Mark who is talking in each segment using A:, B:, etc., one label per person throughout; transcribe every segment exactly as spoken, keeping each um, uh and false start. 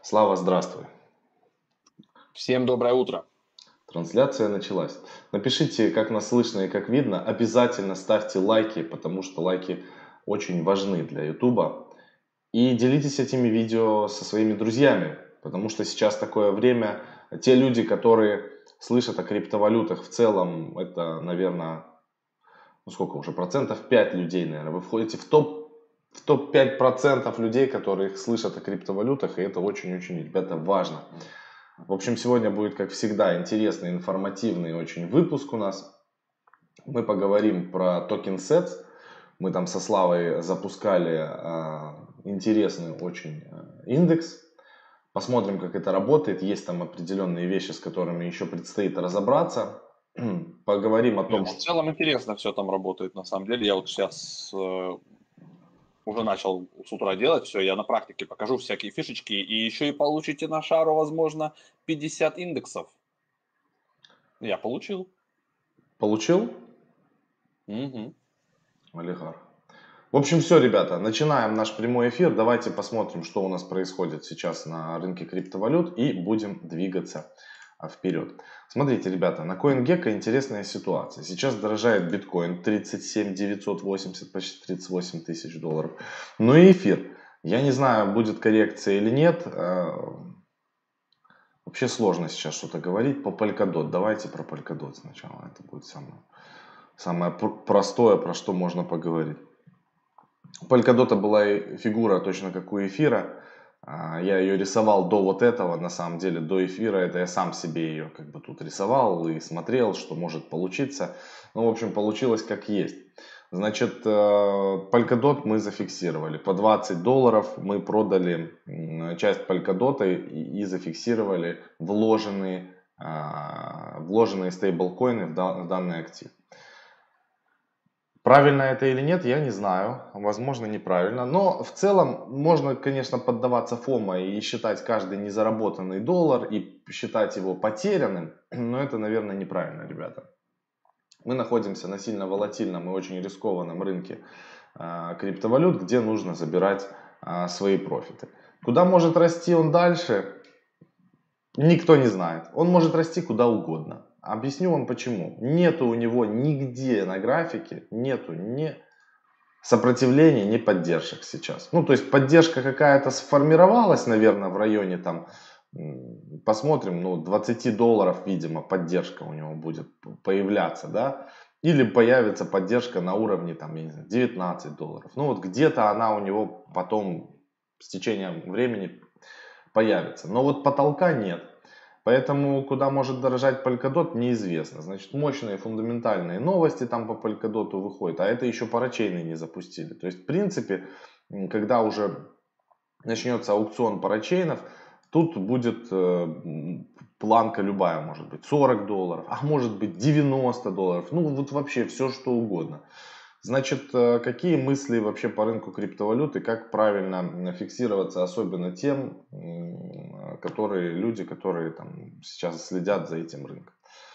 A: Слава, здравствуй.
B: Всем доброе утро.
A: Трансляция началась. Напишите, как нас слышно и как видно. Обязательно ставьте лайки, потому что лайки очень важны для YouTube. И делитесь этими видео со своими друзьями, потому что сейчас такое время. Те люди, которые слышат о криптовалютах в целом, это, наверное, ну сколько уже, процентов пять людей, наверное. Вы входите в топ, в топ пять процентов людей, которые слышат о криптовалютах, и это очень-очень, ребята, важно. В общем, сегодня будет, как всегда, интересный, информативный очень выпуск у нас. Мы поговорим про токен Sets. Мы там со Славой запускали э, интересный очень э, индекс. Посмотрим, как это работает. Есть там определенные вещи, с которыми еще предстоит разобраться. Поговорим о
B: Не,
A: том,
B: ну в
A: что...
B: целом интересно все там работает на самом деле. Я вот сейчас э, уже начал с утра делать все, я на практике покажу всякие фишечки, и еще и получите на шару, возможно, пятьдесят индексов. Я получил.
A: Получил?
B: Мгм.
A: Олигарх. В общем, все, ребята, начинаем наш прямой эфир. Давайте посмотрим, что у нас происходит сейчас на рынке криптовалют, и будем двигаться а, вперед. Смотрите, ребята, на CoinGecko интересная ситуация. Сейчас дорожает биткоин тридцать семь девятьсот восемьдесят, почти тридцать восемь тысяч долларов. Ну и эфир. Я не знаю, будет коррекция или нет. а, Вообще сложно сейчас что-то говорить по Polkadot. Давайте про Polkadot сначала. Это будет самое, самое пр- простое, про что можно поговорить. У Polkadot была и фигура точно как у эфира. А, Я ее рисовал до вот этого, на самом деле, до эфира. Это я сам себе ее как бы тут рисовал и смотрел, что может получиться. Ну, в общем, получилось как есть. Значит, э, Polkadot мы зафиксировали. По двадцать долларов мы продали м, часть Polkadot и, и зафиксировали вложенные, а, вложенные стейблкоины в, дан- в данный актив. Правильно это или нет, я не знаю. Возможно, неправильно. Но в целом можно, конечно, поддаваться фомо и считать каждый незаработанный доллар и считать его потерянным. Но это, наверное, неправильно, ребята. Мы находимся на сильно волатильном и очень рискованном рынке а, криптовалют, где нужно забирать а, свои профиты. Куда может расти он дальше, никто не знает. Он может расти куда угодно. Объясню вам почему. Нету у него нигде на графике, нету ни сопротивления, ни поддержек сейчас. Ну, то есть поддержка какая-то сформировалась, наверное, в районе там, м, посмотрим, ну, двадцать долларов, видимо, поддержка у него будет появляться, да. Или появится поддержка на уровне, там, я не знаю, девятнадцать долларов. Ну, вот где-то она у него потом с течением времени появится. Но вот потолка нет. Поэтому куда может дорожать Polkadot, неизвестно. Значит, мощные фундаментальные новости там по Polkadot выходят, а это еще парачейны не запустили. То есть, в принципе, м, когда уже начнется аукцион парачейнов, тут будет э, м, планка любая, может быть сорок долларов, а может быть девяносто долларов. Ну, вот вообще все что угодно. Значит, э, какие мысли вообще по рынку криптовалюты, как правильно фиксироваться, особенно тем, м, которые люди, которые там сейчас следят за этим рынком.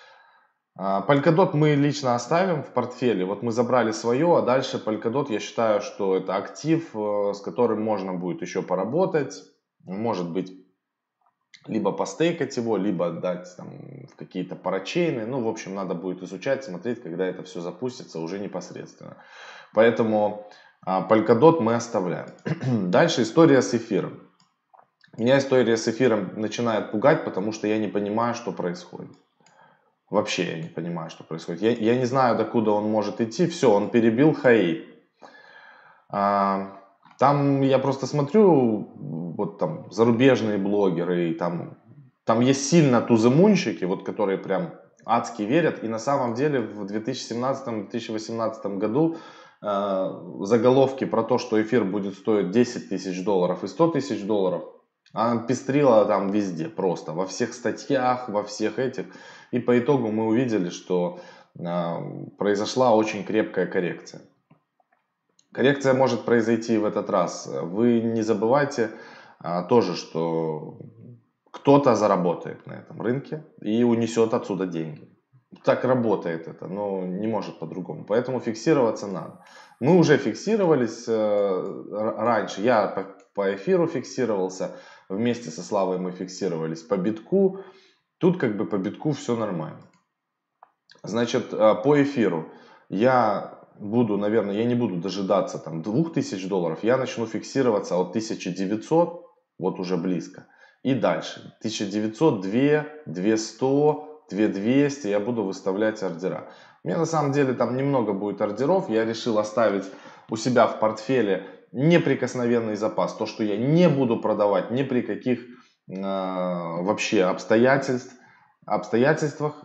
A: А, Polkadot мы лично оставим в портфеле. Вот мы забрали свое, а дальше Polkadot, я считаю, что это актив, э, с которым можно будет еще поработать. Может быть, либо постейкать его, либо отдать там, в какие-то парачейны. Ну, в общем, надо будет изучать, смотреть, когда это все запустится уже непосредственно. Поэтому а, Polkadot мы оставляем. Дальше история с эфиром. Меня история с эфиром начинает пугать, потому что я не понимаю, что происходит. Вообще я не понимаю, что происходит. Я, я не знаю, докуда он может идти. Все, он перебил хаи. А, там я просто смотрю, вот там зарубежные блогеры, и там, там есть сильно туземунщики, вот которые прям адски верят. И на самом деле в две тысячи семнадцатом — две тысячи восемнадцатом году э, заголовки про то, что эфир будет стоить десять тысяч долларов и сто тысяч долларов, она пестрила там везде просто, во всех статьях, во всех этих. И по итогу мы увидели, что э, произошла очень крепкая коррекция. Коррекция может произойти в этот раз. Вы не забывайте а, тоже, что кто-то заработает на этом рынке и унесет отсюда деньги. Так работает это, но не может по-другому. Поэтому фиксироваться надо. Мы уже фиксировались э, раньше. Я по, по эфиру фиксировался. Вместе со Славой мы фиксировались по битку. Тут как бы по битку все нормально. Значит, по эфиру я буду, наверное, я не буду дожидаться там двух тысяч долларов. Я начну фиксироваться от тысячи девятисот, вот уже близко. И дальше. тысяча девятьсот, две, две сто, две двести. Я буду выставлять ордера. У меня на самом деле там немного будет ордеров. Я решил оставить у себя в портфеле неприкосновенный запас. То, что я не буду продавать ни при каких э, вообще обстоятельств, обстоятельствах.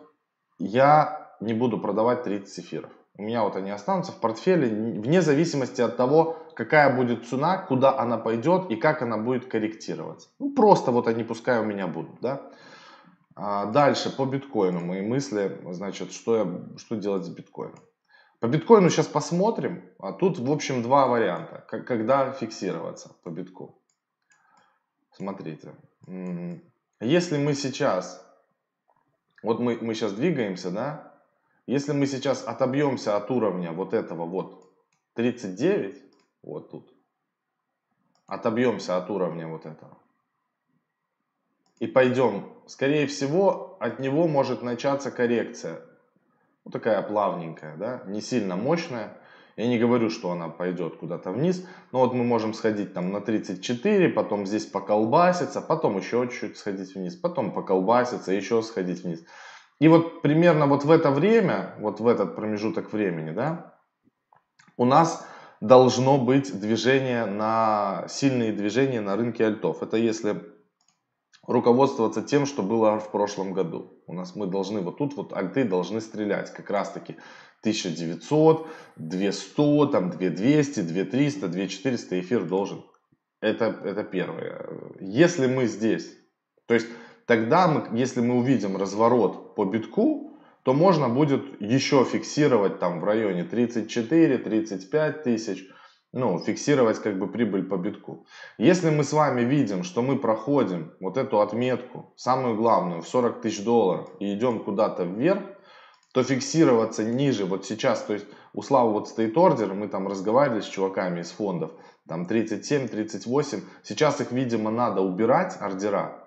A: Я не буду продавать тридцать эфиров. У меня вот они останутся в портфеле вне зависимости от того, какая будет цена, куда она пойдет и как она будет корректироваться. Ну, просто вот они пускай у меня будут, да. А дальше по биткоину мои мысли, значит, что, я, что делать с биткоином. По биткоину сейчас посмотрим, а тут в общем два варианта, как, когда фиксироваться по битку. Смотрите, если мы сейчас, вот мы, мы сейчас двигаемся, да, если мы сейчас отобьемся от уровня вот этого вот тридцать девять, вот тут, отобьемся от уровня вот этого и пойдем, скорее всего, от него может начаться коррекция. Вот такая плавненькая, да, не сильно мощная. Я не говорю, что она пойдет куда-то вниз, но вот мы можем сходить там на тридцать четыре, потом здесь поколбаситься, потом еще чуть-чуть сходить вниз, потом поколбаситься, еще сходить вниз. И вот примерно вот в это время, вот в этот промежуток времени, да, у нас должно быть движение на, сильные движения на рынке альтов. Это если руководствоваться тем, что было в прошлом году. У нас мы должны, вот тут вот альты должны стрелять как раз таки тысяча девятьсот, две сто, там две двести, две триста, две четыреста эфир должен. Это, это первое. Если мы здесь, то есть тогда, мы, если мы увидим разворот по битку, то можно будет еще фиксировать там в районе тридцать четыре тридцать пять тысяч, ну, фиксировать как бы прибыль по битку. Если мы с вами видим, что мы проходим вот эту отметку, самую главную, в сорок тысяч долларов и идем куда-то вверх, то фиксироваться ниже, вот сейчас, то есть у Славы вот стоит ордер, мы там разговаривали с чуваками из фондов, там тридцать семь тридцать восемь, сейчас их, видимо, надо убирать, ордера.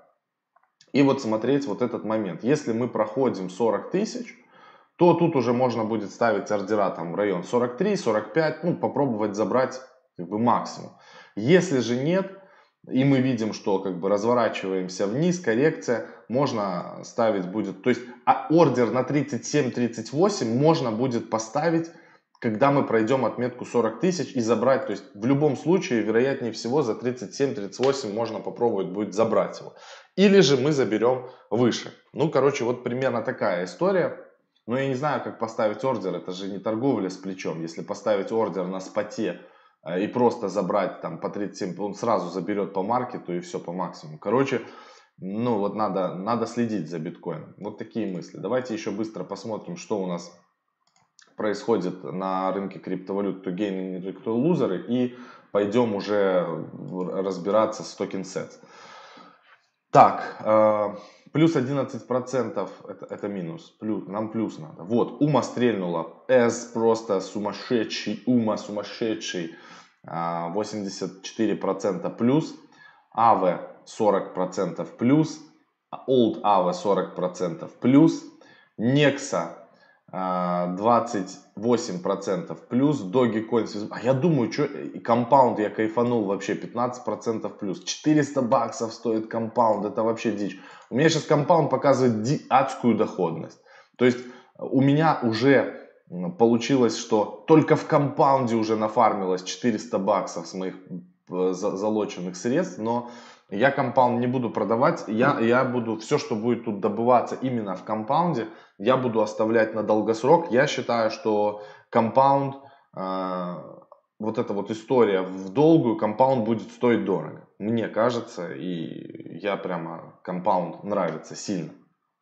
A: И вот смотреть вот этот момент. Если мы проходим сорок тысяч, то тут уже можно будет ставить ордера там в район сорок три сорок пять, ну, попробовать забрать как бы максимум. Если же нет, и мы видим, что как бы разворачиваемся вниз, коррекция, можно ставить будет, то есть а ордер на тридцать семь тридцать восемь можно будет поставить, когда мы пройдем отметку сорок тысяч и забрать, то есть в любом случае, вероятнее всего, за тридцать семь тридцать восемь можно попробовать будет забрать его. Или же мы заберем выше. Ну, короче, вот примерно такая история. Но я не знаю, как поставить ордер, это же не торговля с плечом. Если поставить ордер на споте и просто забрать там по тридцать семь, он сразу заберет по маркету и все по максимуму. Короче, ну вот надо, надо следить за биткоином. Вот такие мысли. Давайте еще быстро посмотрим, что у нас происходит на рынке криптовалют, то гейнеры и то лузеры, и пойдем уже разбираться с токен сетс. Так, э, плюс одиннадцать процентов это, это минус, плюс, нам плюс надо. Вот, Ума стрельнула, S просто сумасшедший, Ума сумасшедший, э, восемьдесят четыре процента плюс, эй ви сорок процентов плюс, Old эй ви сорок процентов плюс, Nexa двадцать восемь процентов плюс, Dogecoin, а я думаю, что компаунд я кайфанул вообще, пятнадцать процентов плюс, четыреста баксов стоит компаунд, это вообще дичь. У меня сейчас компаунд показывает ди- адскую доходность, то есть у меня уже получилось, что только в компаунде уже нафармилось четыреста баксов с моих залоченных средств, но я компаунд не буду продавать, я, я буду все, что будет тут добываться именно в компаунде, я буду оставлять на долгосрок. Я считаю, что компаунд, э, вот эта вот история в долгую, компаунд будет стоить дорого. Мне кажется, и я прямо, компаунд нравится сильно.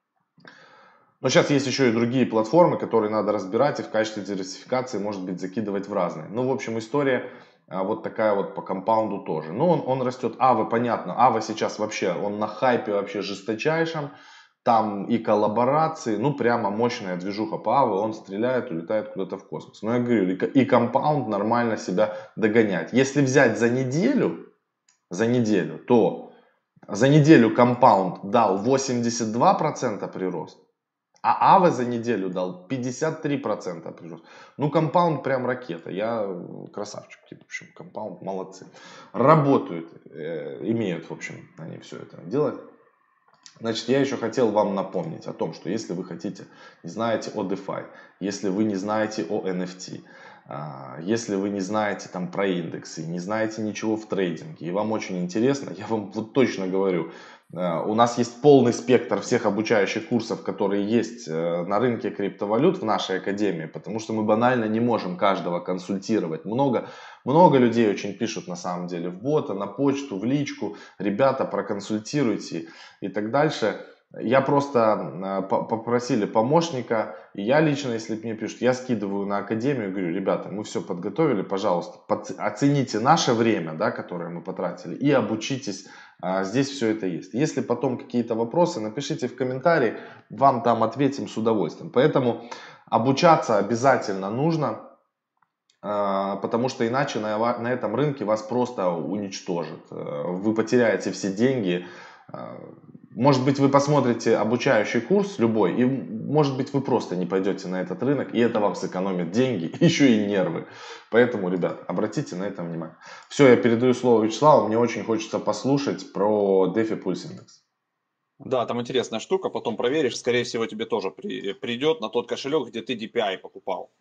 A: Но сейчас есть еще и другие платформы, которые надо разбирать и в качестве диверсификации, может быть, закидывать в разные. Ну, в общем, история вот такая вот по компаунду тоже. Ну, он, он растет. эй ви, понятно. эй ви сейчас вообще, он на хайпе вообще жесточайшем. Там и коллаборации, ну, прямо мощная движуха по эй ви. Он стреляет, улетает куда-то в космос. Но я говорю, и компаунд нормально себя догоняет. Если взять за неделю, за неделю, то За неделю Compound дал восемьдесят два процента прирост, а Aave за неделю дал пятьдесят три процента прирост. Ну, Compound прям ракета. Я красавчик. В общем, Compound молодцы. Работают, э, имеют, в общем, они все это делают. Значит, я еще хотел вам напомнить о том, что если вы хотите, не знаете о DeFi, если вы не знаете о эн эф ти, если вы не знаете там про индексы, не знаете ничего в трейдинге, и вам очень интересно, я вам вот точно говорю, у нас есть полный спектр всех обучающих курсов, которые есть на рынке криптовалют в нашей академии, потому что мы банально не можем каждого консультировать. Много, много людей очень пишут на самом деле в бота, на почту, в личку, ребята, проконсультируйте и так дальше. Я просто попросили помощника, и я лично, если мне пишут, я скидываю на академию, говорю, ребята, мы все подготовили, пожалуйста, оцените наше время, да, которое мы потратили, и обучитесь, здесь все это есть. Если потом какие-то вопросы, напишите в комментарии, вам там ответим с удовольствием. Поэтому обучаться обязательно нужно, потому что иначе на, на этом рынке вас просто уничтожат, вы потеряете все деньги. Может быть, вы посмотрите обучающий курс любой, и может быть, вы просто не пойдете на этот рынок, и это вам сэкономит деньги, еще и нервы. Поэтому, ребят, обратите на это внимание. Все, я передаю слово Вячеславу, мне очень хочется послушать про DeFi Pulse Index.
B: Да, там интересная штука, потом проверишь, скорее всего, тебе тоже при, придет на тот кошелек, где ты ди пи ай покупал.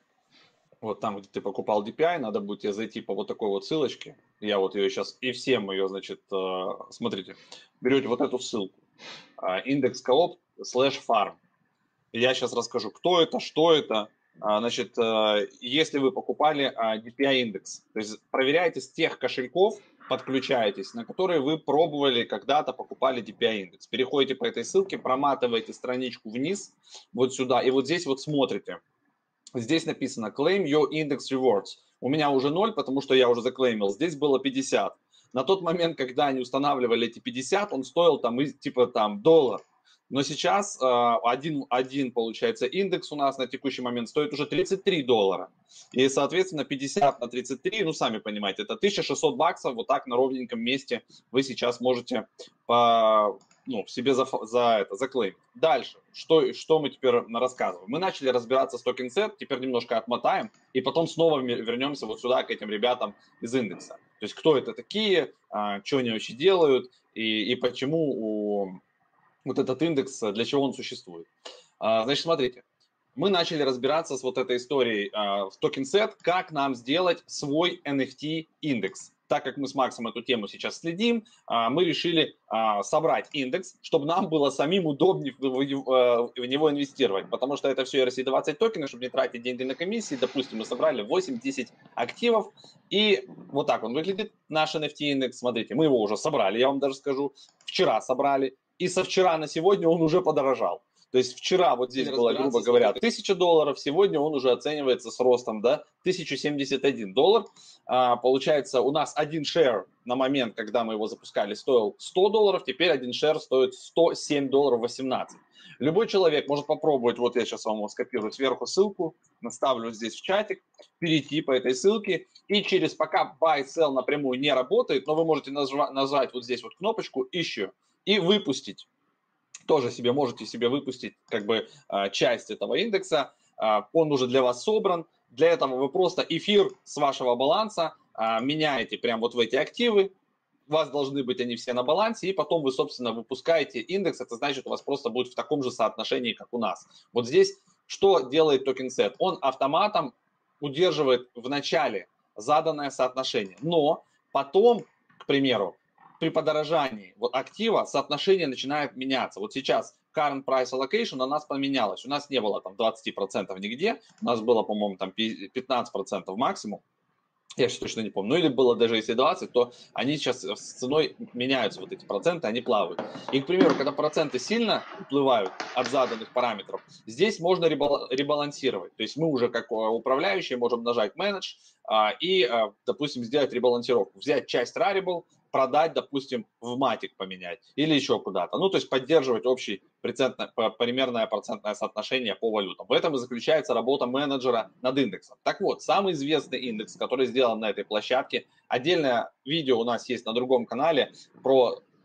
B: Вот там, где ты покупал ди пи ай, надо будет тебе зайти по вот такой вот ссылочке. Я вот ее сейчас, и всем ее, значит, смотрите, берете вот эту ссылку. Индекс Коop слэш фарм. Я сейчас расскажу, кто это, что это. Значит, если вы покупали ди пи ай индекс, то есть проверяйте с тех кошельков, подключаетесь, на которые вы пробовали когда-то покупали ди пи ай индекс. Переходите по этой ссылке, проматываете страничку вниз, вот сюда, и вот здесь вот смотрите. Здесь написано Claim your index rewards. У меня уже ноль, потому что я уже заклеймил. Здесь было пятьдесят. На тот момент, когда они устанавливали эти пятьдесят, он стоил там типа там доллар. Но сейчас э, один, один, получается, индекс у нас на текущий момент стоит уже тридцать три доллара. И, соответственно, пятьдесят на тридцать три, ну, сами понимаете, это тысяча шестьсот баксов, вот так на ровненьком месте вы сейчас можете по, ну, себе за, за это, заклеймить. Дальше, что, что мы теперь рассказываем? Мы начали разбираться с TokenSet, теперь немножко отмотаем, и потом снова вернемся вот сюда к этим ребятам из индекса. То есть, кто это такие, э, что они вообще делают, и, и почему у... вот этот индекс, для чего он существует. Значит, смотрите, мы начали разбираться с вот этой историей в TokenSet, как нам сделать свой эн эф ти индекс. Так как мы с Максом эту тему сейчас следим, мы решили собрать индекс, чтобы нам было самим удобнее в него инвестировать, потому что это все и эр си двадцать токены, чтобы не тратить деньги на комиссии. Допустим, мы собрали восемь-десять активов, и вот так он выглядит, наш эн эф ти индекс. Смотрите, мы его уже собрали, я вам даже скажу, вчера собрали. И со вчера на сегодня он уже подорожал. То есть вчера вот здесь было, грубо говоря, тысяча долларов, сегодня он уже оценивается с ростом, да, тысяча семьдесят один доллар. А, получается, у нас один шер на момент, когда мы его запускали, стоил сто долларов, теперь один шер стоит сто семь долларов восемнадцать. Любой человек может попробовать, вот я сейчас вам скопирую сверху ссылку, наставлю здесь в чатик, перейти по этой ссылке, и через, пока buy sell напрямую не работает, но вы можете нажать, нажать вот здесь вот кнопочку «Issue», и выпустить. Тоже себе можете себе выпустить как бы часть этого индекса. Он уже для вас собран. Для этого вы просто эфир с вашего баланса меняете прямо вот в эти активы. У вас должны быть они все на балансе. И потом вы, собственно, выпускаете индекс. Это значит, у вас просто будет в таком же соотношении, как у нас. Вот здесь что делает TokenSet? Он автоматом удерживает в начале заданное соотношение. Но потом, к примеру, при подорожании вот актива соотношение начинает меняться. Вот сейчас current price allocation у нас поменялось. У нас не было там двадцать процентов нигде. У нас было, по-моему, там пятнадцать процентов максимум. Я сейчас точно не помню. Ну или было даже если двадцать, то они сейчас с ценой меняются, вот эти проценты, они плавают. И, к примеру, когда проценты сильно уплывают от заданных параметров, здесь можно ребалансировать. То есть мы уже как управляющие можем нажать Manage и, допустим, сделать ребалансировку. Взять часть Rarible, продать, допустим, в матик поменять или еще куда-то. Ну, то есть поддерживать общее процентное, примерное процентное соотношение по валютам. В этом и заключается работа менеджера над индексом. Так вот, самый известный индекс, который сделан на этой площадке, отдельное видео у нас есть на другом канале про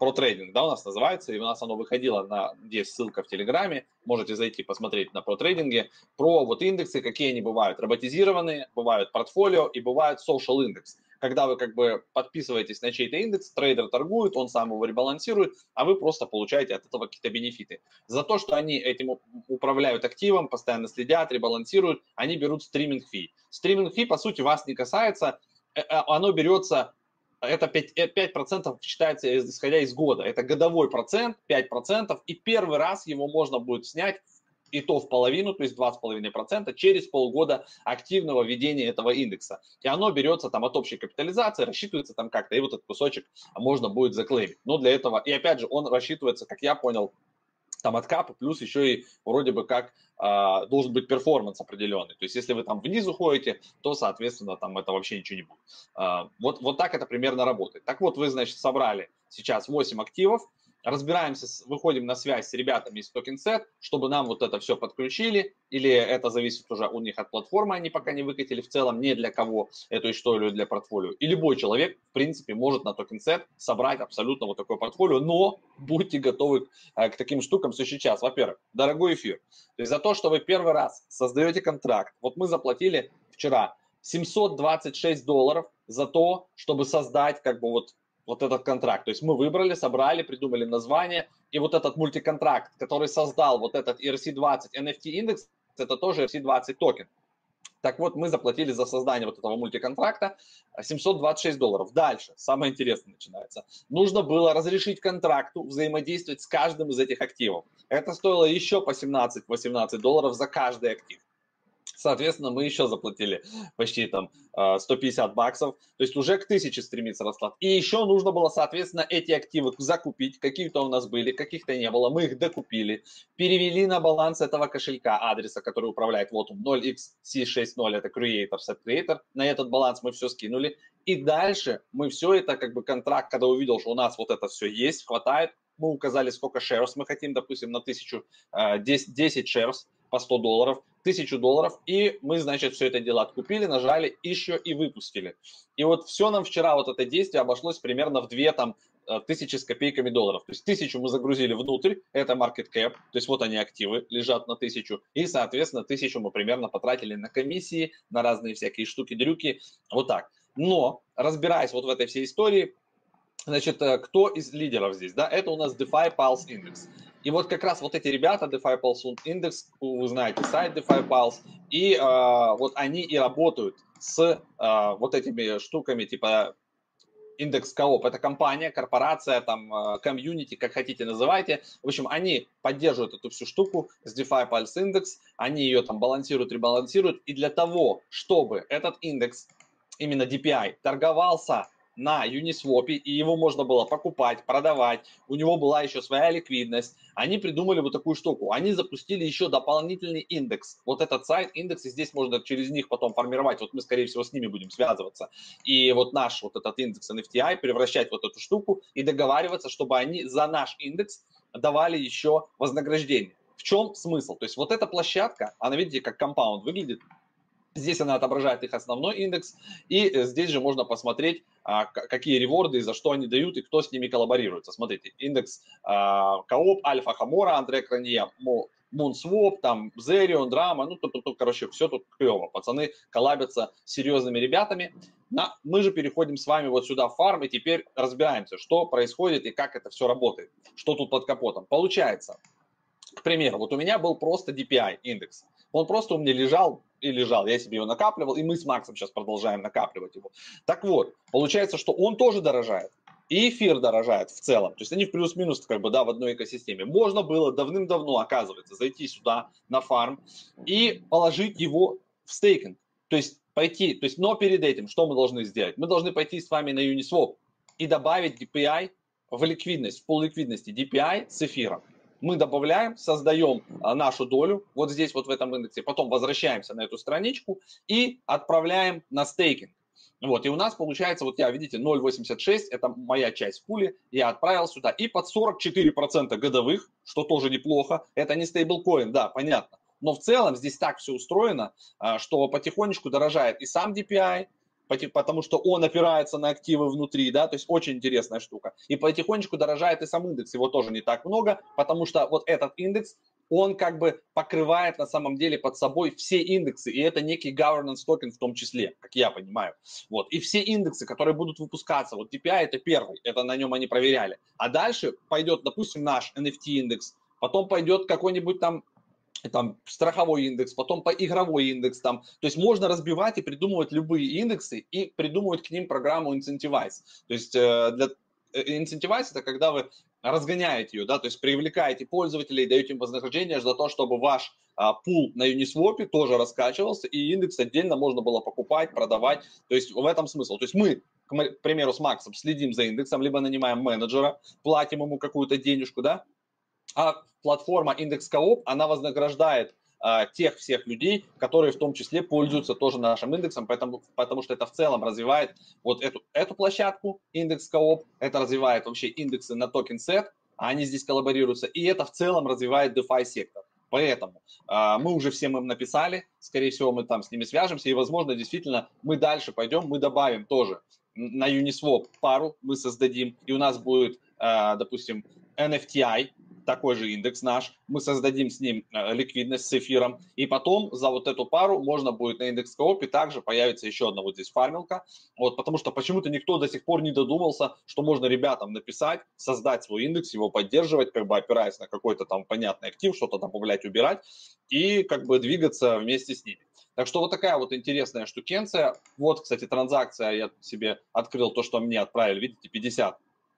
B: ProTrading, да, у нас называется, и у нас оно выходило на, есть ссылка в Телеграме, можете зайти посмотреть на ProTrading, про вот индексы, какие они бывают, роботизированные, бывают портфолио и бывают social индекс. Когда вы как бы подписываетесь на чей-то индекс, трейдер торгует, он сам его ребалансирует, а вы просто получаете от этого какие-то бенефиты. За то, что они этим управляют активом, постоянно следят, ребалансируют, они берут стриминг-фи. Стриминг-фи, по сути, вас не касается, оно берется, это пять процентов считается исходя из года. Это годовой процент, пять процентов, и первый раз его можно будет снять и то в половину, то есть два с половиной процента через полгода активного ведения этого индекса. И оно берется там от общей капитализации, рассчитывается там как-то, и вот этот кусочек можно будет заклеймить. Но для этого, и опять же, он рассчитывается, как я понял, там от капа, плюс еще и вроде бы как э, должен быть перформанс определенный. То есть если вы там вниз уходите, то, соответственно, там это вообще ничего не будет. Э, вот, вот так это примерно работает. Так вот, вы, значит, собрали сейчас восемь активов, разбираемся, выходим на связь с ребятами из TokenSet, чтобы нам вот это все подключили, или это зависит уже у них от платформы, они пока не выкатили в целом, не для кого эту историю для портфолио. И любой человек, в принципе, может на TokenSet собрать абсолютно вот такое портфолио, но будьте готовы к таким штукам все сейчас. Во-первых, дорогой эфир. То есть за то, что вы первый раз создаете контракт, вот мы заплатили вчера семьсот двадцать шесть долларов за то, чтобы создать как бы вот вот этот контракт. То есть мы выбрали, собрали, придумали название, и вот этот мультиконтракт, который создал вот этот и эр си двадцать эн эф ти индекс, это тоже и эр си двадцать токен. Так вот, мы заплатили за создание вот этого мультиконтракта семьсот двадцать шесть долларов. Дальше, самое интересное начинается. Нужно было разрешить контракту взаимодействовать с каждым из этих активов. Это стоило еще по семнадцать-восемнадцать долларов за каждый актив. Соответственно, мы еще заплатили почти там сто пятьдесят баксов, то есть уже к тысяче стремится расклад. И еще нужно было, соответственно, эти активы закупить, какие-то у нас были, каких-то не было, мы их докупили, перевели на баланс этого кошелька, адреса, который управляет, вот он, ноль икс си шестьдесят, это Creator, Set Creator, на этот баланс мы все скинули. И дальше мы все это, как бы контракт, когда увидел, что у нас вот это все есть, хватает, мы указали, сколько shares мы хотим, допустим, на тысячу, десять shares по сто долларов, тысячу долларов, и мы, значит, все это дело откупили, нажали, еще и выпустили. И вот все нам вчера, вот это действие обошлось примерно в две там тысячи с копейками долларов. То есть тысячу мы загрузили внутрь, это market cap, то есть вот они активы, лежат на тысячу, и, соответственно, тысячу мы примерно потратили на комиссии, на разные всякие штуки-дрюки, вот так. Но, разбираясь вот в этой всей истории, значит, кто из лидеров здесь, да, это у нас DeFi Pulse Index. И вот как раз вот эти ребята, DeFi Pulse Index, вы знаете, сайт DeFi Pulse, и э, вот они и работают с э, вот этими штуками, типа Индекс Coop, это компания, корпорация, там, комьюнити, как хотите называйте. В общем, они поддерживают эту всю штуку с DeFi Pulse Index, они ее там балансируют, ребалансируют, и для того, чтобы этот индекс, именно ди пи ай, торговался на Uniswap, и его можно было покупать, продавать, у него была еще своя ликвидность, они придумали вот такую штуку, они запустили еще дополнительный индекс, вот этот сайт, индекс, и здесь можно через них потом формировать, вот мы, скорее всего, с ними будем связываться, и вот наш вот этот индекс эн эф ти ай превращать в вот эту штуку и договариваться, чтобы они за наш индекс давали еще вознаграждение. В чем смысл? То есть вот эта площадка, она, видите, как компаунд выглядит. Здесь она отображает их основной индекс, и здесь же можно посмотреть, какие реворды и за что они дают, и кто с ними коллаборируется. Смотрите, индекс Coop, Альфа Хамора, Андре Кранье, Moonswap, там, Zerion, Драма, ну, тут, тут, короче, все тут клево. Пацаны коллабятся с серьезными ребятами. На, мы же переходим с вами вот сюда в фарм, и теперь разбираемся, что происходит и как это все работает, что тут под капотом. Получается, к примеру, вот у меня был просто ди пи ай индекс. Он просто у меня лежал и лежал, я себе его накапливал, и мы с Максом сейчас продолжаем накапливать его. Так вот, получается, что он тоже дорожает, и эфир дорожает в целом. То есть они в плюс-минус как бы, да, в одной экосистеме. Можно было давным-давно, оказывается, зайти сюда на фарм и положить его в стейкинг. То есть пойти, то есть, но перед этим что мы должны сделать? Мы должны пойти с вами на Uniswap и добавить ди пи ай в ликвидность, в пул ликвидности ди пи ай с эфиром. Мы добавляем, создаем нашу долю вот здесь, вот в этом индексе, потом возвращаемся на эту страничку и отправляем на стейкинг. Вот, и у нас получается, вот я, видите, ноль целых восемьдесят шесть, это моя часть в пуле, я отправил сюда, и под сорок четыре процента годовых, что тоже неплохо, это не стейблкоин, да, понятно, но в целом здесь так все устроено, что потихонечку дорожает и сам ди пи ай, потому что он опирается на активы внутри, да, то есть очень интересная штука. И потихонечку дорожает и сам индекс, его тоже не так много, потому что вот этот индекс, он как бы покрывает на самом деле под собой все индексы, и это некий governance токен в том числе, как я понимаю. Вот. И все индексы, которые будут выпускаться, вот ди пи ай это первый, это на нем они проверяли. А дальше пойдет, допустим, наш эн эф ти индекс, потом пойдет какой-нибудь там там страховой индекс, потом по игровой индекс там. То есть можно разбивать и придумывать любые индексы и придумывать к ним программу Incentivize. То есть э, для Incentivize это когда вы разгоняете ее, да, то есть привлекаете пользователей, даете им вознаграждение за то, чтобы ваш а, пул на Uniswap тоже раскачивался, и индекс отдельно можно было покупать, продавать. То есть в этом смысл. То есть мы, к примеру, с Максом следим за индексом, либо нанимаем менеджера, платим ему какую-то денежку, да, а платформа IndexCoop, она вознаграждает а, тех всех людей, которые в том числе пользуются тоже нашим индексом, поэтому, потому что это в целом развивает вот эту, эту площадку IndexCoop, это развивает вообще индексы на токен-сет, они здесь коллаборируются, и это в целом развивает DeFi сектор. Поэтому а, мы уже всем им написали, скорее всего мы там с ними свяжемся, и возможно действительно мы дальше пойдем, мы добавим тоже на Uniswap пару, мы создадим, и у нас будет, а, допустим, эн эф ти ай, такой же индекс наш, мы создадим с ним э, ликвидность с эфиром, и потом за вот эту пару можно будет на IndexCoop также появится еще одна вот здесь фармилка, вот, потому что почему-то никто до сих пор не додумался, что можно ребятам написать, создать свой индекс, его поддерживать, как бы опираясь на какой-то там понятный актив, что-то добавлять, убирать, и как бы двигаться вместе с ними. Так что вот такая вот интересная штукенция. Вот, кстати, транзакция, я себе открыл то, что мне отправили, видите, пятьдесят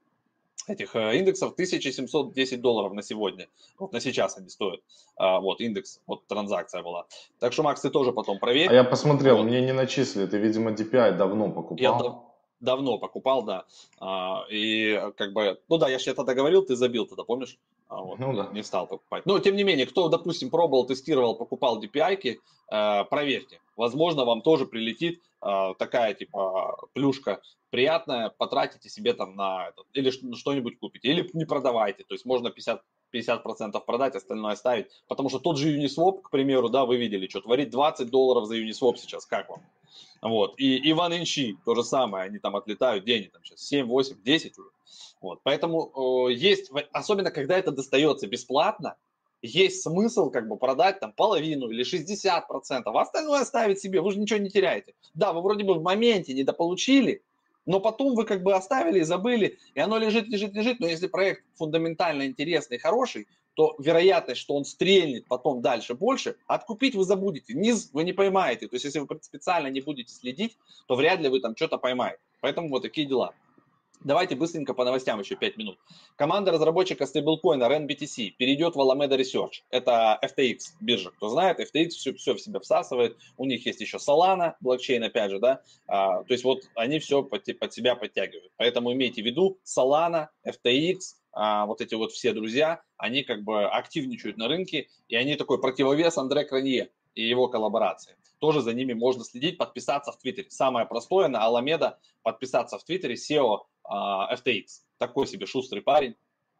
B: этих индексов, тысяча семьсот десять долларов на сегодня. Вот на сейчас они стоят. А, вот индекс, вот транзакция была. Так что, Макс, ты тоже потом проверь.
A: А я посмотрел,
B: вот.
A: Мне не начислили. Ты, видимо, ди пи ай давно покупал.
B: Я дав- давно покупал, да. А, и как бы, ну да, я же тогда говорил, ты забил тогда, помнишь? А, вот,
A: Ну
B: не,
A: да.
B: не стал покупать. Но, тем не менее, кто, допустим, пробовал, тестировал, покупал ди пи ай-ки, э, проверьте. Возможно, вам тоже прилетит э, такая, типа, плюшка приятная, потратите себе там на это, или что-нибудь купите, или не продавайте. То есть можно пятьдесят пятьдесят процентов продать, остальное оставить. Потому что тот же Uniswap, к примеру, да, вы видели, что творит двадцать долларов за Uniswap сейчас, как вам? Вот. И, и One Inch то же самое, они там отлетают, где они там сейчас, семь, восемь, десять уже. Вот. Поэтому э, есть, особенно когда это достается бесплатно, есть смысл как бы продать там половину или шестьдесят процентов, а остальное оставить себе, вы же ничего не теряете. Да, вы вроде бы в моменте недополучили, но потом вы как бы оставили и забыли, и оно лежит, лежит, лежит, но если проект фундаментально интересный, хороший, то вероятность, что он стрельнет потом дальше больше, откупить вы забудете, низ вы не поймаете. То есть если вы специально не будете следить, то вряд ли вы там что-то поймаете. Поэтому вот такие дела. Давайте быстренько по новостям еще пять минут. Команда разработчика стейблкоина эр эн би ти си перейдет в Alameda Research. Это эф ти экс биржа, кто знает. эф ти экс все, все в себя всасывает. У них есть еще Solana, блокчейн опять же, да. А, то есть вот они все под, под себя подтягивают. Поэтому имейте в виду, Solana, эф ти экс, а, вот эти вот все друзья, они как бы активничают на рынке, и они такой противовес Андре Кранье и его коллаборации. Тоже за ними можно следить, подписаться в Твиттере. Самое простое на Alameda подписаться в Твиттере си и о эф ти экс. Такой себе шустрый парень.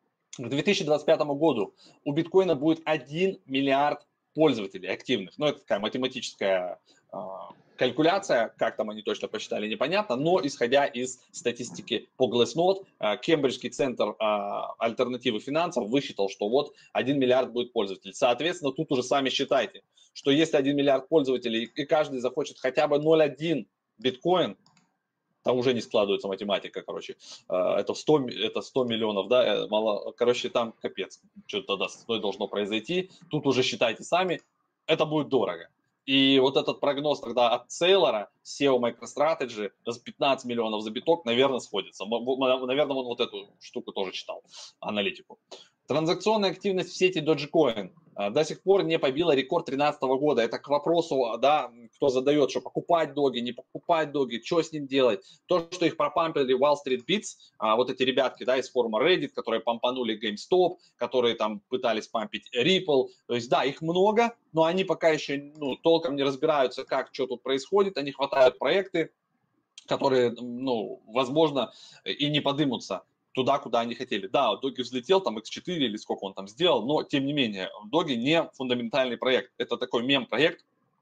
B: К две тысячи двадцать пятому году у биткоина будет один миллиард пользователей активных. Ну, это такая математическая э, калькуляция, как там они точно посчитали, непонятно, но исходя из статистики по Glassnode, э, Кембриджский центр э, альтернативы финансов высчитал, что вот один миллиард будет пользователей. Соответственно, тут уже сами считайте, что если один миллиард пользователей и каждый захочет хотя бы ноль целых одна десятая биткоин, там уже не складывается математика, короче, это сто, это сто миллионов, да, мало, короче, там капец, что-то тогда должно произойти, тут уже считайте сами, это будет дорого. И вот этот прогноз тогда от Сейлора, си и о MicroStrategy, за пятнадцать миллионов за биток, наверное, сходится. Наверное, он вот эту штуку тоже читал, аналитику. Транзакционная активность в сети Dogecoin до сих пор не побила рекорд две тысячи тринадцатого года. Это к вопросу, да, кто задает, что покупать доги, не покупать доги, что с ним делать. То, что их пропампили Wall Street Bits, вот эти ребятки, да, из форума Reddit, которые пампанули GameStop, которые там пытались пампить Ripple. То есть, да, их много, но они пока еще ну, толком не разбираются, как, что тут происходит. Они хватают проекты, которые, ну, возможно, и не подымутся туда, куда они хотели. Да, Доги взлетел, там икс четыре или сколько он там сделал, но, тем не менее, Доги не фундаментальный проект. Это такой мем-проект,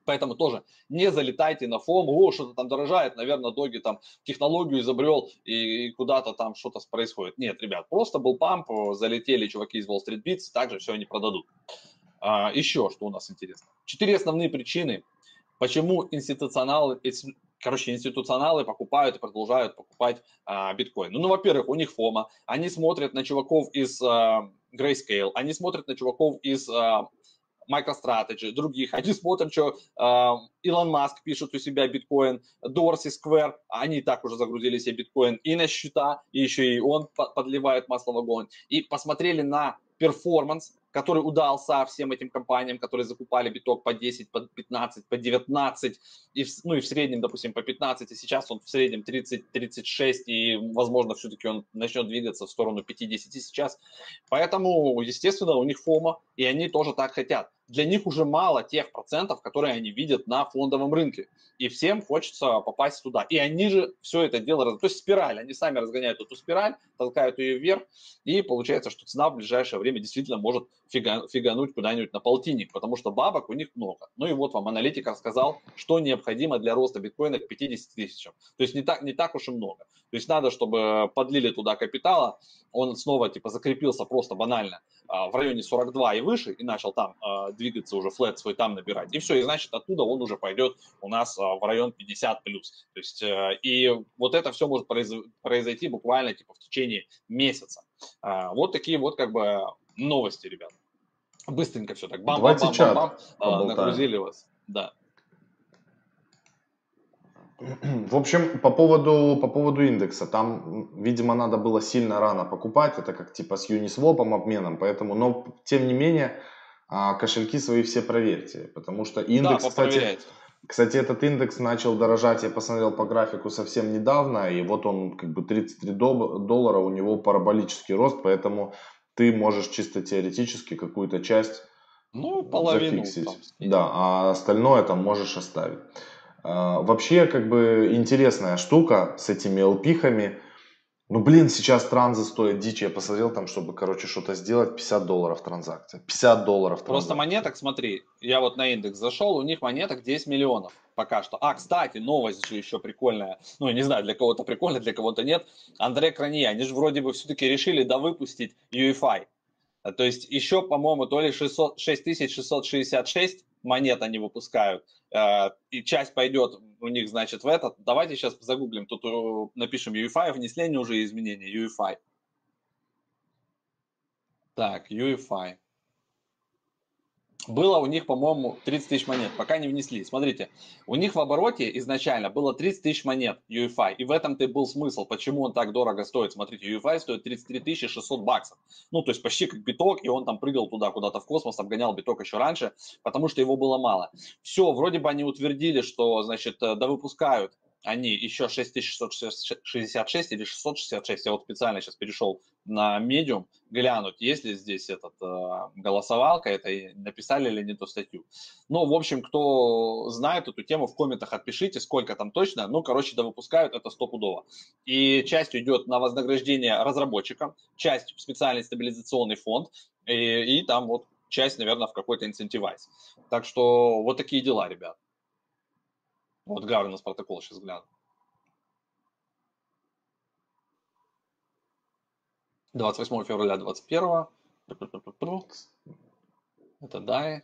B: Поэтому тоже не залетайте на фому, о, что-то там дорожает, наверное, Доги там технологию изобрел и куда-то там что-то происходит. Нет, ребят, просто был памп, залетели чуваки из Wall Street Bets, также все они продадут. А, еще что у нас интересно. Четыре основные причины, почему институционалы, короче, институционалы покупают и продолжают покупать а, биткоин. Ну, ну, во-первых, у них фома, они смотрят на чуваков из а, Grayscale, они смотрят на чуваков из... А, MicroStrategy, других. Они смотрят, что э, Илон Маск пишет у себя биткоин, Дорси, Square, они так уже загрузили себе биткоин и на счета, и еще и он подливает масло в огонь. И посмотрели на перформанс, который удался всем этим компаниям, которые закупали биток по десять, по пятнадцать, по девятнадцать, и в, ну и в среднем, допустим, по пятнадцать, и сейчас он в среднем тридцать тридцать шесть, и, возможно, все-таки он начнет двигаться в сторону пятьдесят сейчас. Поэтому, естественно, у них фома, и они тоже так хотят. Для них уже мало тех процентов, которые они видят на фондовом рынке. И всем хочется попасть туда. И они же все это дело... То есть спираль. Они сами разгоняют эту спираль, толкают ее вверх. И получается, что цена в ближайшее время действительно может фига, фигануть куда-нибудь на полтинник. Потому что бабок у них много. Ну и вот вам аналитик рассказал, что необходимо для роста биткоина к пятидесяти тысячам. То есть не так, не так уж и много. То есть надо, чтобы подлили туда капитала. Он снова типа закрепился просто банально в районе сорок два и выше, и начал там э, двигаться уже, флет свой там набирать. И все, и значит оттуда он уже пойдет у нас э, в район пятьдесят плюс. То есть, э, и вот это все может произ, произойти буквально типа в течение месяца. Э, вот такие вот как бы новости, ребят. Быстренько все так,
A: Давайте
B: бам-бам-бам-бам-бам,
A: чат
B: э, нагрузили вас. Да.
A: В общем, по поводу, по поводу индекса, там, видимо, надо было сильно рано покупать, это как типа с Uniswap обменом, поэтому, но тем не менее, а, кошельки свои все проверьте, потому что индекс,
B: Да,
A: кстати, кстати, этот индекс начал дорожать, я посмотрел по графику совсем недавно, и вот он как бы тридцать три доллара, у него параболический рост, поэтому ты можешь чисто теоретически какую-то часть
B: ну, половину
A: зафиксить,
B: там,
A: да, а остальное там можешь оставить. Uh, вообще, как бы, интересная штука с этими элпихами. Ну, блин, сейчас транзы стоят дичь. Я посмотрел там, чтобы, короче, что-то сделать, пятьдесят долларов транзакция. пятьдесят долларов
B: Просто
A: транзакция.
B: монеток, смотри, я вот на индекс зашел, у них монеток десять миллионов пока что. А, кстати, новость же еще прикольная. Ну, не знаю, для кого-то прикольная, для кого-то нет. Андре Кранье, они же вроде бы все-таки решили довыпустить ю эф ай. То есть еще, по-моему, то ли шесть тысяч шестьсот шестьдесят шесть монет они выпускают. И часть пойдет у них, значит, в этот. Давайте сейчас загуглим, тут напишем ю эф ай, внесли они уже изменения, ю эф ай. Так, ю эф ай. Было у них, по-моему, тридцать тысяч монет, пока не внесли. Смотрите, у них в обороте изначально было тридцать тысяч монет ю эф ай. И в этом-то и был смысл, почему он так дорого стоит. Смотрите, ю эф ай стоит тридцать три тысячи шестьсот баксов. Ну, то есть почти как биток, и он там прыгал туда куда-то в космос, обгонял биток еще раньше, потому что его было мало. Все, вроде бы они утвердили, что, значит, довыпускают они еще шесть тысяч шестьсот шестьдесят шесть или шестьсот шестьдесят шесть. Я вот специально сейчас перешел на Medium глянуть, есть ли здесь этот э, голосовалка, это и написали ли не ту статью. Ну, в общем, кто знает эту тему, в комментах отпишите, сколько там точно. Ну, короче, да выпускают это стопудово. И часть идет на вознаграждение разработчикам, часть в специальный стабилизационный фонд, и, и там вот часть, наверное, в какой-то инцентивайз. Так что вот такие дела, ребят. Вот governance протокол сейчас гляну. двадцать восьмого февраля двадцать первого. Это дай.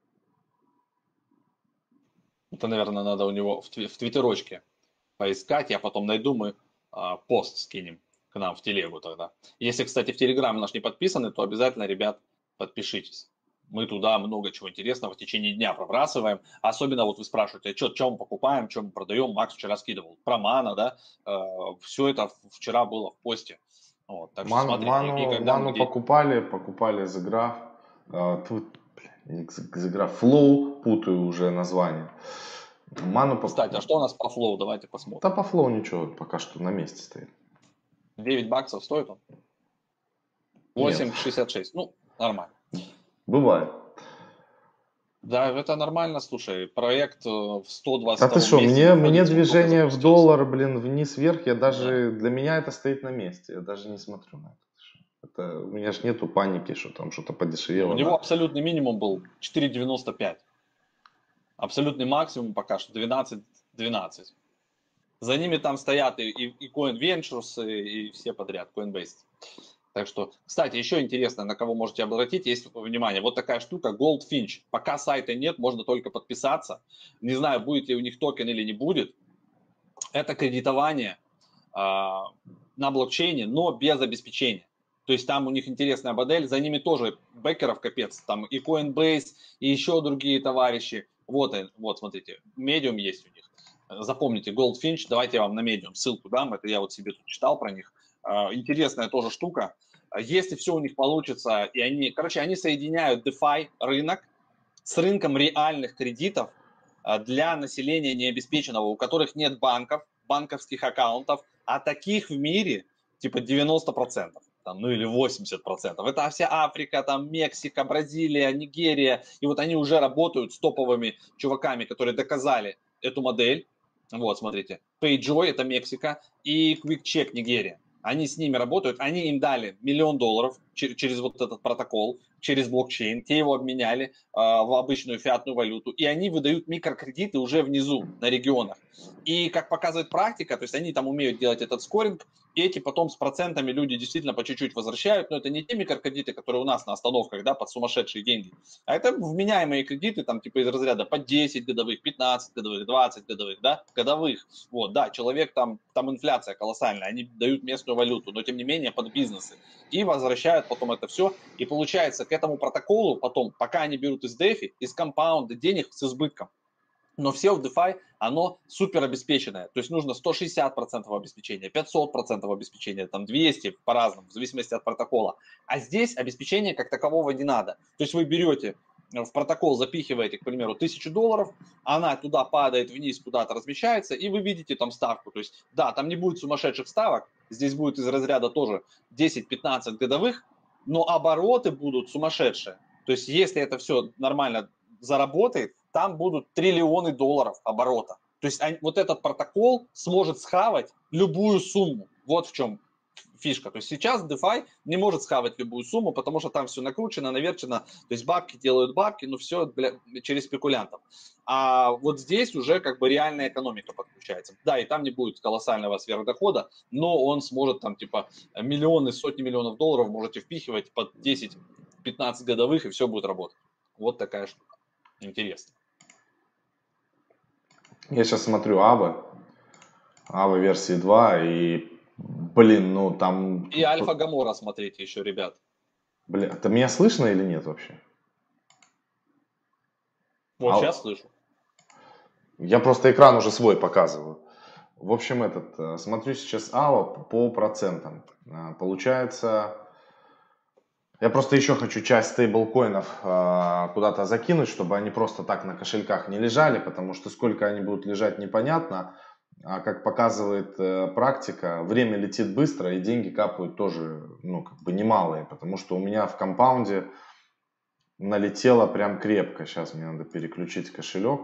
B: Это, наверное, надо у него в, тви- в твиттерочке поискать. Я потом найду, мы а, пост скинем к нам в телегу тогда. Если, кстати, в телеграм наш не подписаны, то обязательно, ребят, подпишитесь. Мы туда много чего интересного в течение дня пробрасываем. Особенно вот вы спрашиваете, а что, что мы покупаем, что мы продаем. Макс вчера скидывал про мана, да. Э, все это вчера было в посте. Вот, так что
A: Ману,
B: смотрите.
A: ману,
B: И когда
A: ману
B: мы где...
A: покупали, покупали за граф. Uh, тут, блин, за граф. Flow, путаю уже название. Ману покуп...
B: Кстати, а что у нас по флоу? Давайте посмотрим.
A: Да по флоу ничего, пока что на месте стоит.
B: девять баксов стоит он? восемь шестьдесят шесть. Ну, нормально.
A: Бывает.
B: Да, это нормально, слушай, проект в сто двадцать
A: А ты что, мне, мне движение в доллар, блин, вниз-вверх, я даже, да. Для меня это стоит на месте, я даже не смотрю на это. это у меня же нету паники, что там что-то подешевело.
B: У него
A: да.
B: абсолютный минимум был четыре девяносто пять. Абсолютный максимум пока что двенадцать двенадцать. За ними там стоят и, и, и Coin Ventures, и, и все подряд, Coinbase. Так что, кстати, еще интересно, на кого можете обратить, есть внимание, вот такая штука, Goldfinch. Пока сайта нет, можно только подписаться. Не знаю, будет ли у них токен или не будет. Это кредитование э, на блокчейне, но без обеспечения. То есть там у них интересная модель, за ними тоже бэкеров капец, там и Coinbase, и еще другие товарищи. Вот, вот смотрите, Medium есть у них. Запомните, Goldfinch, давайте я вам на Medium ссылку дам, это я вот себе тут читал про них. Интересная тоже штука. Если все у них получится, и они, короче, они соединяют DeFi рынок с рынком реальных кредитов для населения необеспеченного, у которых нет банков, банковских аккаунтов, а таких в мире типа девяносто процентов. Там, ну или восемьдесят процентов. Это вся Африка, там Мексика, Бразилия, Нигерия. И вот они уже работают с топовыми чуваками, которые доказали эту модель. Вот, смотрите. PayJoy, это Мексика, и QuickCheck, Нигерия. Они с ними работают, они им дали миллион долларов через вот этот протокол, через блокчейн, те его обменяли э, в обычную фиатную валюту, и они выдают микрокредиты уже внизу, на регионах. И как показывает практика, то есть они там умеют делать этот скоринг, и эти потом с процентами люди действительно по чуть-чуть возвращают, но это не те микрокредиты, которые у нас на остановках, да, под сумасшедшие деньги, а это вменяемые кредиты, там типа из разряда по десять годовых, пятнадцать годовых, двадцать годовых, да, годовых. Вот, да, человек там, там инфляция колоссальная, они дают местную валюту, но тем не менее под бизнесы. И возвращают потом это все, и получается к этому протоколу потом, пока они берут из DeFi, из компаунда денег с избытком, но все в DeFi, оно супер обеспеченное. То есть нужно сто шестьдесят процентов обеспечения, пятьсот процентов обеспечения, там двести по-разному, в зависимости от протокола. А здесь обеспечения как такового не надо. То есть вы берете в протокол, запихиваете, к примеру, тысячу долларов, она туда падает вниз, куда-то размещается, и вы видите там ставку. То есть, да, там не будет сумасшедших ставок, здесь будет из разряда тоже десять-пятнадцать годовых, но обороты будут сумасшедшие. То есть, если это все нормально заработает, там будут триллионы долларов оборота. То есть вот этот протокол сможет схавать любую сумму. Вот в чем фишка. То есть сейчас DeFi не может схавать любую сумму, потому что там все накручено, наверчено. То есть бабки делают бабки, но все для, через спекулянтов. А вот здесь уже как бы реальная экономика подключается. Да, и там не будет колоссального сверхдохода, но он сможет там типа миллионы, сотни миллионов долларов можете впихивать под десять-пятнадцать годовых, и все будет работать. Вот такая штука. Интересно.
A: Я сейчас смотрю Авы, Авы версии два, и, блин, ну там...
B: И Альфа Гамора смотрите еще, ребят.
A: Блин, это меня слышно или нет вообще?
B: Вот а... сейчас слышу.
A: Я просто экран уже свой показываю. В общем, этот, смотрю сейчас Ава по процентам. Получается... Я просто еще хочу часть стейблкоинов э, куда-то закинуть, чтобы они просто так на кошельках не лежали, потому что сколько они будут лежать, непонятно. А как показывает э, практика, время летит быстро, и деньги капают тоже, ну, как бы немалые, потому что у меня в компаунде налетело прям крепко. Сейчас мне надо переключить кошелек.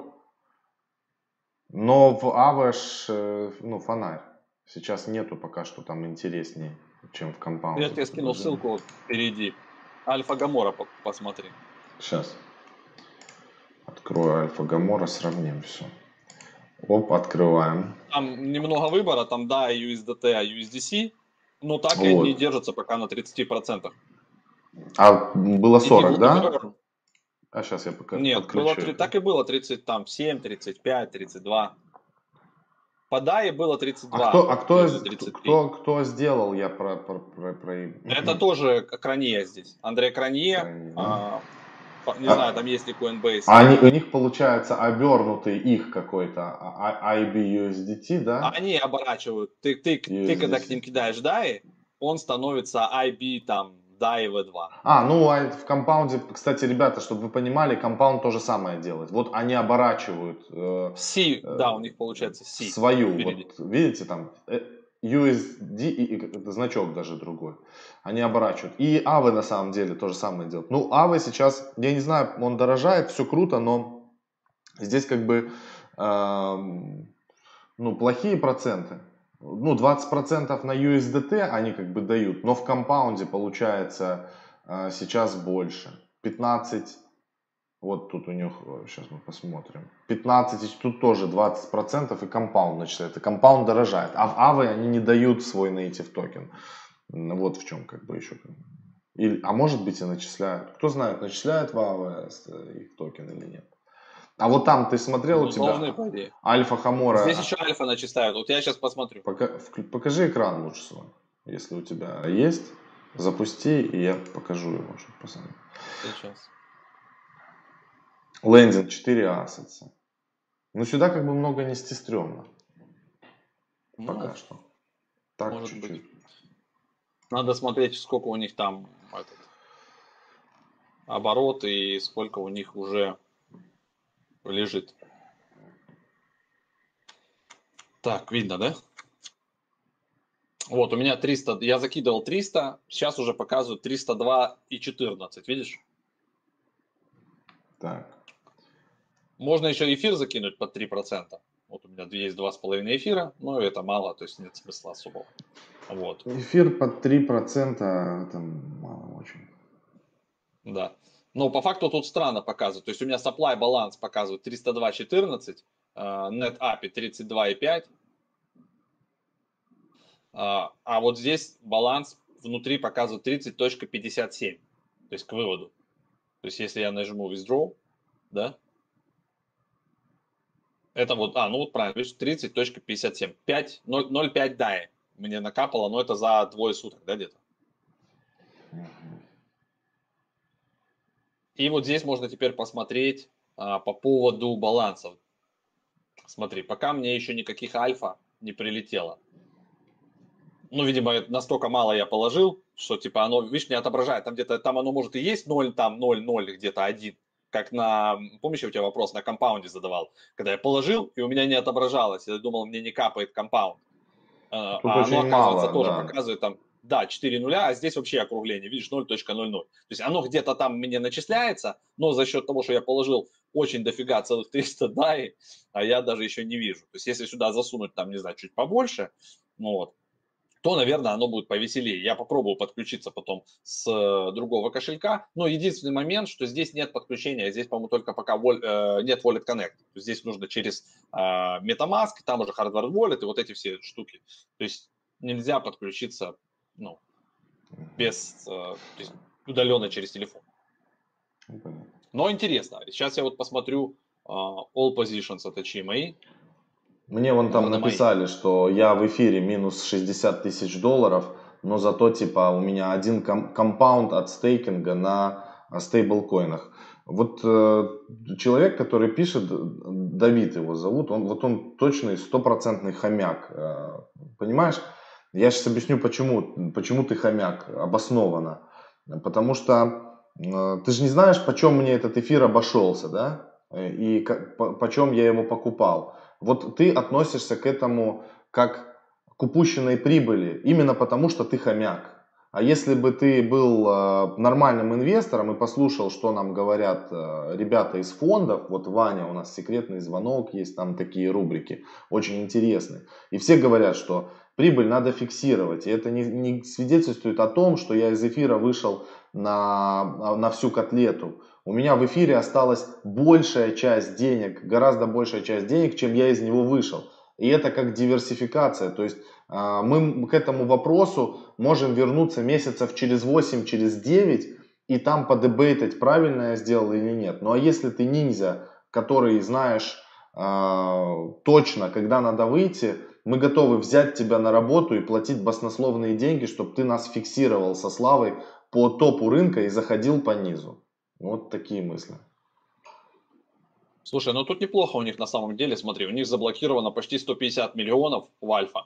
A: Но в Авэш, э, ну, фонарь. Сейчас нету пока что там интереснее, чем в компаунде.
B: Я тебе скинул ссылку впереди. Альфа Гамора посмотри.
A: Сейчас. Открою Альфа Гамора, сравним все. Оп, открываем.
B: Там немного выбора, там да, ю эс ди ти, а ю эс ди си, но так вот. И они держатся пока на тридцать процентов.
A: А было сорок, и да?
B: Выбор...
A: А сейчас я пока
B: Нет, было, так и было, тридцать семь, тридцать пять, тридцать два. По дае было тридцать два.
A: А кто, а кто, кто, кто сделал, я про... про, про, про...
B: Это тоже Кранье здесь. Андрей Кранье. Кранье. А, не а, знаю, там есть ли Coinbase.
A: А они, у них, получается, обернутый их какой-то ай би ю эс ди ти, да?
B: Они оборачивают. Ты, ты, ты когда к ним кидаешь дай, он становится ай би там дай ви два.
A: А, ну а в компаунде, кстати, ребята, чтобы вы понимали, компаунд то же самое делает. Вот они оборачивают э,
B: C, э, да, у них получается C.
A: Свою, вот, видите, там ю эс ди, и, и, значок даже другой. Они оборачивают. И Авы на самом деле то же самое делают. Ну, Авы сейчас, я не знаю, он дорожает, все круто, но здесь как бы, э, ну, плохие проценты. Ну, двадцать процентов на ю эс ди ти они как бы дают, но в компаунде получается э, сейчас больше. пятнадцать Вот тут у них, сейчас мы посмотрим, пятнадцать, тут тоже двадцать процентов и компаунд начисляет. И компаунд дорожает. А в Aave они не дают свой native токен. Вот в чем как бы еще. Или, а может быть и начисляют. Кто знает, начисляют в Aave их токен или нет. А вот там ты смотрел,
B: Ну,
A: у тебя
B: должны, по идее.
A: Альфа Хамора.
B: Здесь еще альфа начисляют. Вот я сейчас посмотрю.
A: Пока, покажи экран лучше свой. Если у тебя есть, запусти, и я покажу его, чтобы посмотреть.
B: Сейчас.
A: Лендинг четыре ассетса. Ну сюда как бы много нести стрёмно.
B: Ну,
A: Пока что. Так
B: может
A: чуть-чуть.
B: быть. Надо смотреть, сколько у них там этот, оборот и сколько у них уже лежит. Так, видно, да? Вот, у меня триста, я закидывал триста, сейчас уже показывают триста два и четырнадцать, видишь?
A: Так.
B: Можно еще эфир закинуть под три процента. Вот у меня есть два с половиной эфира, но это мало, то есть нет смысла особого. Вот.
A: Эфир под три процента, это мало очень.
B: Да. Но по факту тут странно показывает. То есть у меня supply баланс показывает триста два четырнадцать, net эй пи ай тридцать два и пять. А, а вот здесь баланс внутри показывает тридцать пятьдесят семь, то есть к выводу. То есть если я нажму withdraw, да, это вот, а, ну вот правильно, видишь, тридцать пятьдесят семь, пять, ноль целых пять дай мне накапало, но это за двое суток, да, где-то. И вот здесь можно теперь посмотреть а, по поводу балансов. Смотри, пока мне еще никаких альфа не прилетело. Ну, видимо, настолько мало я положил, что типа оно, видишь, не отображает. Там где-то, там оно может и есть ноль, там ноль, ноль, где-то один. Как на, помнишь, я у тебя вопрос на компаунде задавал? Когда я положил, и у меня не отображалось. Я думал, мне не капает компаунд. А
A: Тут
B: оно,
A: очень
B: оказывается,
A: мало,
B: тоже
A: да.
B: показывает там, да, четыре нуля, а здесь вообще округление, видишь, ноль целых ноль ноль. То есть оно где-то там мне начисляется, но за счет того, что я положил очень дофига, целых триста дай, а я даже еще не вижу. То есть если сюда засунуть, там, не знаю, чуть побольше, ну вот, то, наверное, оно будет повеселее. Я попробую подключиться потом с э, другого кошелька. Но единственный момент, что здесь нет подключения. Здесь, по-моему, только пока вол, э, нет Wallet Connect. Здесь нужно через э, MetaMask, там уже Hardware Wallet и вот эти все штуки. То есть нельзя подключиться, ну, без, э, то есть удаленно через телефон. Но интересно. Сейчас я вот посмотрю э, All Positions, это чьи мои.
A: Мне вон там
B: Наверное,
A: написали,
B: мои.
A: что я в эфире минус шестьдесят тысяч долларов, но зато типа у меня один ком- компаунд от стейкинга на стейблкоинах. Вот э, человек, который пишет, Давид его зовут, он вот он точный стопроцентный хомяк, э, понимаешь? Я сейчас объясню, почему, почему ты хомяк, обоснованно. Потому что э, ты же не знаешь, почем мне этот эфир обошелся, да? Э, И как, по, почем я его покупал. Вот ты относишься к этому как к упущенной прибыли, именно потому что ты хомяк. А если бы ты был э, нормальным инвестором и послушал, что нам говорят э, ребята из фондов, вот Ваня, у нас секретный звонок, есть там такие рубрики, очень интересные. И все говорят, что прибыль надо фиксировать. И это не, не свидетельствует о том, что я из эфира вышел на, на всю котлету. У меня в эфире осталась большая часть денег, гораздо большая часть денег, чем я из него вышел. И это как диверсификация. То есть э, мы к этому вопросу можем вернуться месяцев через восемь, через девять и там подебейтить, правильно я сделал или нет. Ну а если ты ниндзя, который знаешь э, точно, когда надо выйти, мы готовы взять тебя на работу и платить баснословные деньги, чтобы ты нас фиксировал со Славой по топу рынка и заходил по низу. Вот такие мысли.
B: Слушай, ну тут неплохо у них на самом деле, смотри, у них заблокировано почти сто пятьдесят миллионов в Альфа.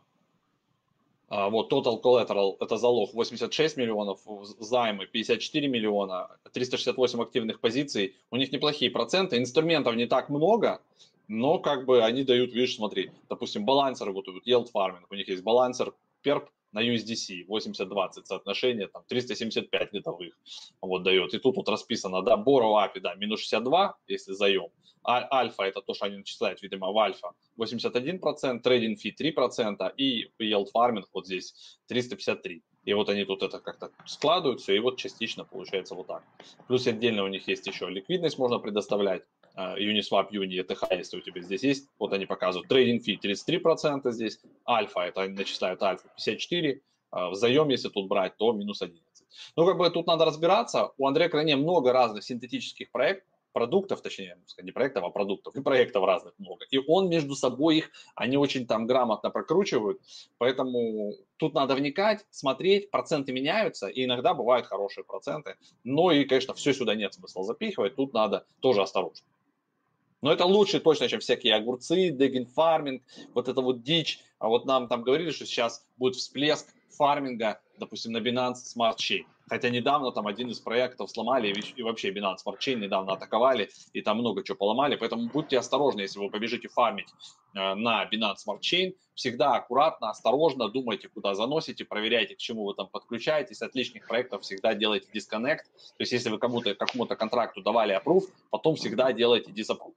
B: А, вот Total Collateral, это залог восемьдесят шесть миллионов, займы пятьдесят четыре миллиона, триста шестьдесят восемь активных позиций. У них неплохие проценты, инструментов не так много, но как бы они дают, видишь, смотри, допустим, балансер, вот Yield Farming, у них есть балансер перп на ю эс ди си, восемьдесят двадцать соотношение, там триста семьдесят пять литовых вот дает. И тут вот расписано, да, Borrow эй пи ай, да, минус шестьдесят два, если заем. А альфа, это то, что они начисляют, видимо, в альфа, восемьдесят один процент, трейдинг фи три процента и yield farming вот здесь триста пятьдесят три. И вот они тут это как-то складывают все, и вот частично получается вот так. Плюс отдельно у них есть еще ликвидность, можно предоставлять. Uniswap, Uni, и ти эйч, если у тебя здесь есть, вот они показывают, трейдинг фи тридцать три процента здесь, альфа, это они начисляют альфа пятьдесят четыре процента, в заем, если тут брать, то минус одиннадцать. Ну, как бы тут надо разбираться, у Андрея Крайне много разных синтетических проектов, продуктов, точнее, не проектов, а продуктов, и проектов разных много. И он между собой их, они очень там грамотно прокручивают, поэтому тут надо вникать, смотреть, проценты меняются, и иногда бывают хорошие проценты, но и, конечно, все сюда нет смысла запихивать, тут надо тоже осторожно. Но это лучше точно, чем всякие огурцы, дегин-фарминг, вот это вот дичь. А вот нам там говорили, что сейчас будет всплеск фарминга, допустим, на Binance Smart Chain. Хотя недавно там один из проектов сломали, и вообще Binance Smart Chain недавно атаковали, и там много чего поломали. Поэтому будьте осторожны, если вы побежите фармить на Binance Smart Chain. Всегда аккуратно, осторожно, думайте, куда заносите, проверяйте, к чему вы там подключаетесь. От лишних проектов всегда делайте дисконнект. То есть если вы кому-то, какому-то контракту давали approve, потом всегда делайте disapprove.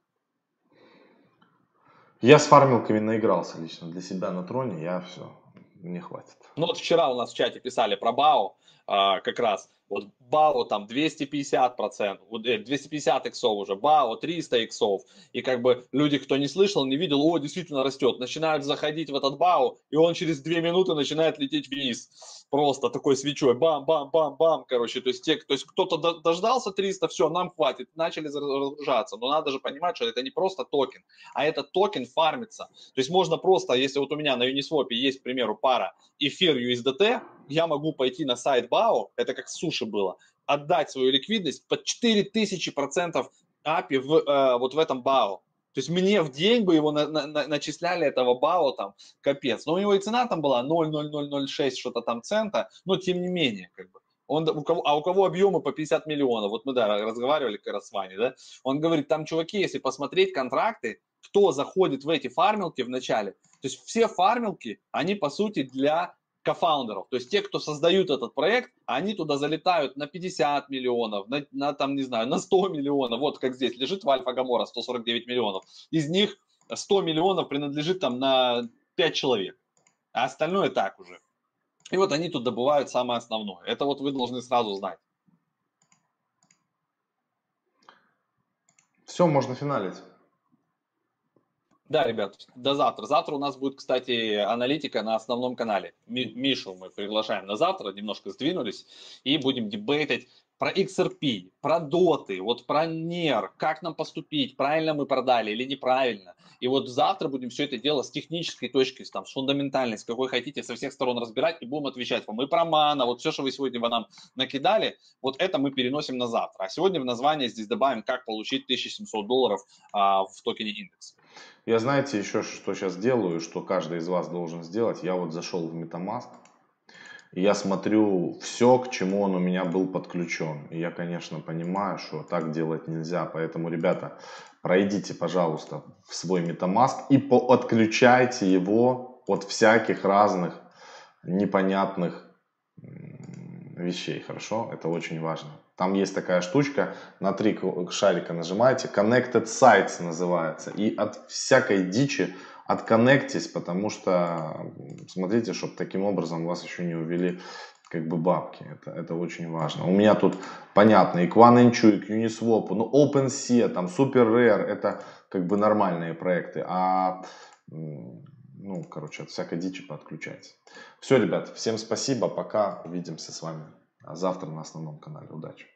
A: Я с фармилками наигрался лично для себя на троне, я все, мне хватит.
B: Ну вот вчера у нас в чате писали про БАО, а, как раз, вот БАО там двести пятьдесят процентов, двести пятьдесят иксов уже, БАО триста иксов, и как бы люди, кто не слышал, не видел, о, действительно растет, начинают заходить в этот БАО, и он через две минуты начинает лететь вниз, просто такой свечой, бам-бам-бам-бам, короче, то есть, те, то есть кто-то дождался триста, все, нам хватит, начали разгружаться, но надо же понимать, что это не просто токен, а этот токен фармится, то есть можно просто, если вот у меня на Uniswap есть, к примеру, пара эфир ю эс ди ти, я могу пойти на сайт БАО, это как с суши было, отдать свою ликвидность под четыре тысячи процентов эй пи в, э, вот в этом БАО. То есть мне в день бы его на, на, начисляли, этого БАО, там, капец. Но у него и цена там была ноль целых ноль ноль ноль шесть что-то там цента, но тем не менее, как бы. Он, у кого, а у кого объемы по пятьдесят миллионов, вот мы, да, разговаривали как раз с Ваней, да, он говорит, там, чуваки, если посмотреть контракты, кто заходит в эти фармилки в начале, то есть все фармилки, они, по сути, для кофаундеров, то есть те, кто создают этот проект, они туда залетают на пятьдесят миллионов, на, на там, не знаю, на сто миллионов, вот как здесь лежит в Альфа Гамора сто сорок девять миллионов, из них сто миллионов принадлежит там на пять человек, а остальное так уже. И вот они тут добывают самое основное. Это вот вы должны сразу знать.
A: Все, можно финалить.
B: Да, ребят, до завтра. Завтра у нас будет, кстати, аналитика на основном канале. Мишу мы приглашаем на завтра, немножко сдвинулись, и будем дебейтить про икс эр пи, про доты, вот про нер, как нам поступить, правильно мы продали или неправильно. И вот завтра будем все это дело с технической точки, там, с фундаментальной, с какой хотите, со всех сторон разбирать, и будем отвечать вам и про мана, вот все, что вы сегодня вы нам накидали, вот это мы переносим на завтра. А сегодня в название здесь добавим, как получить тысячу семьсот долларов а, в токене индекс.
A: Я, знаете, еще что сейчас делаю, что каждый из вас должен сделать. Я вот зашел в MetaMask, и я смотрю все, к чему он у меня был подключен. И я, конечно, понимаю, что так делать нельзя. Поэтому, ребята, пройдите, пожалуйста, в свой MetaMask и отключайте его от всяких разных непонятных вещей. Хорошо? Это очень важно. Там есть такая штучка, на три шарика нажимаете, Connected Sites называется. И от всякой дичи отконнектись, потому что смотрите, чтобы таким образом вас еще не увели как бы бабки. Это, это очень важно. У меня тут понятно и Quanenchu, и Uniswap, ну OpenSea, там SuperRare, это как бы нормальные проекты. А ну, короче, от всякой дичи подключайте. Все, ребят, всем спасибо, пока, увидимся с вами завтра на основном канале. Удачи!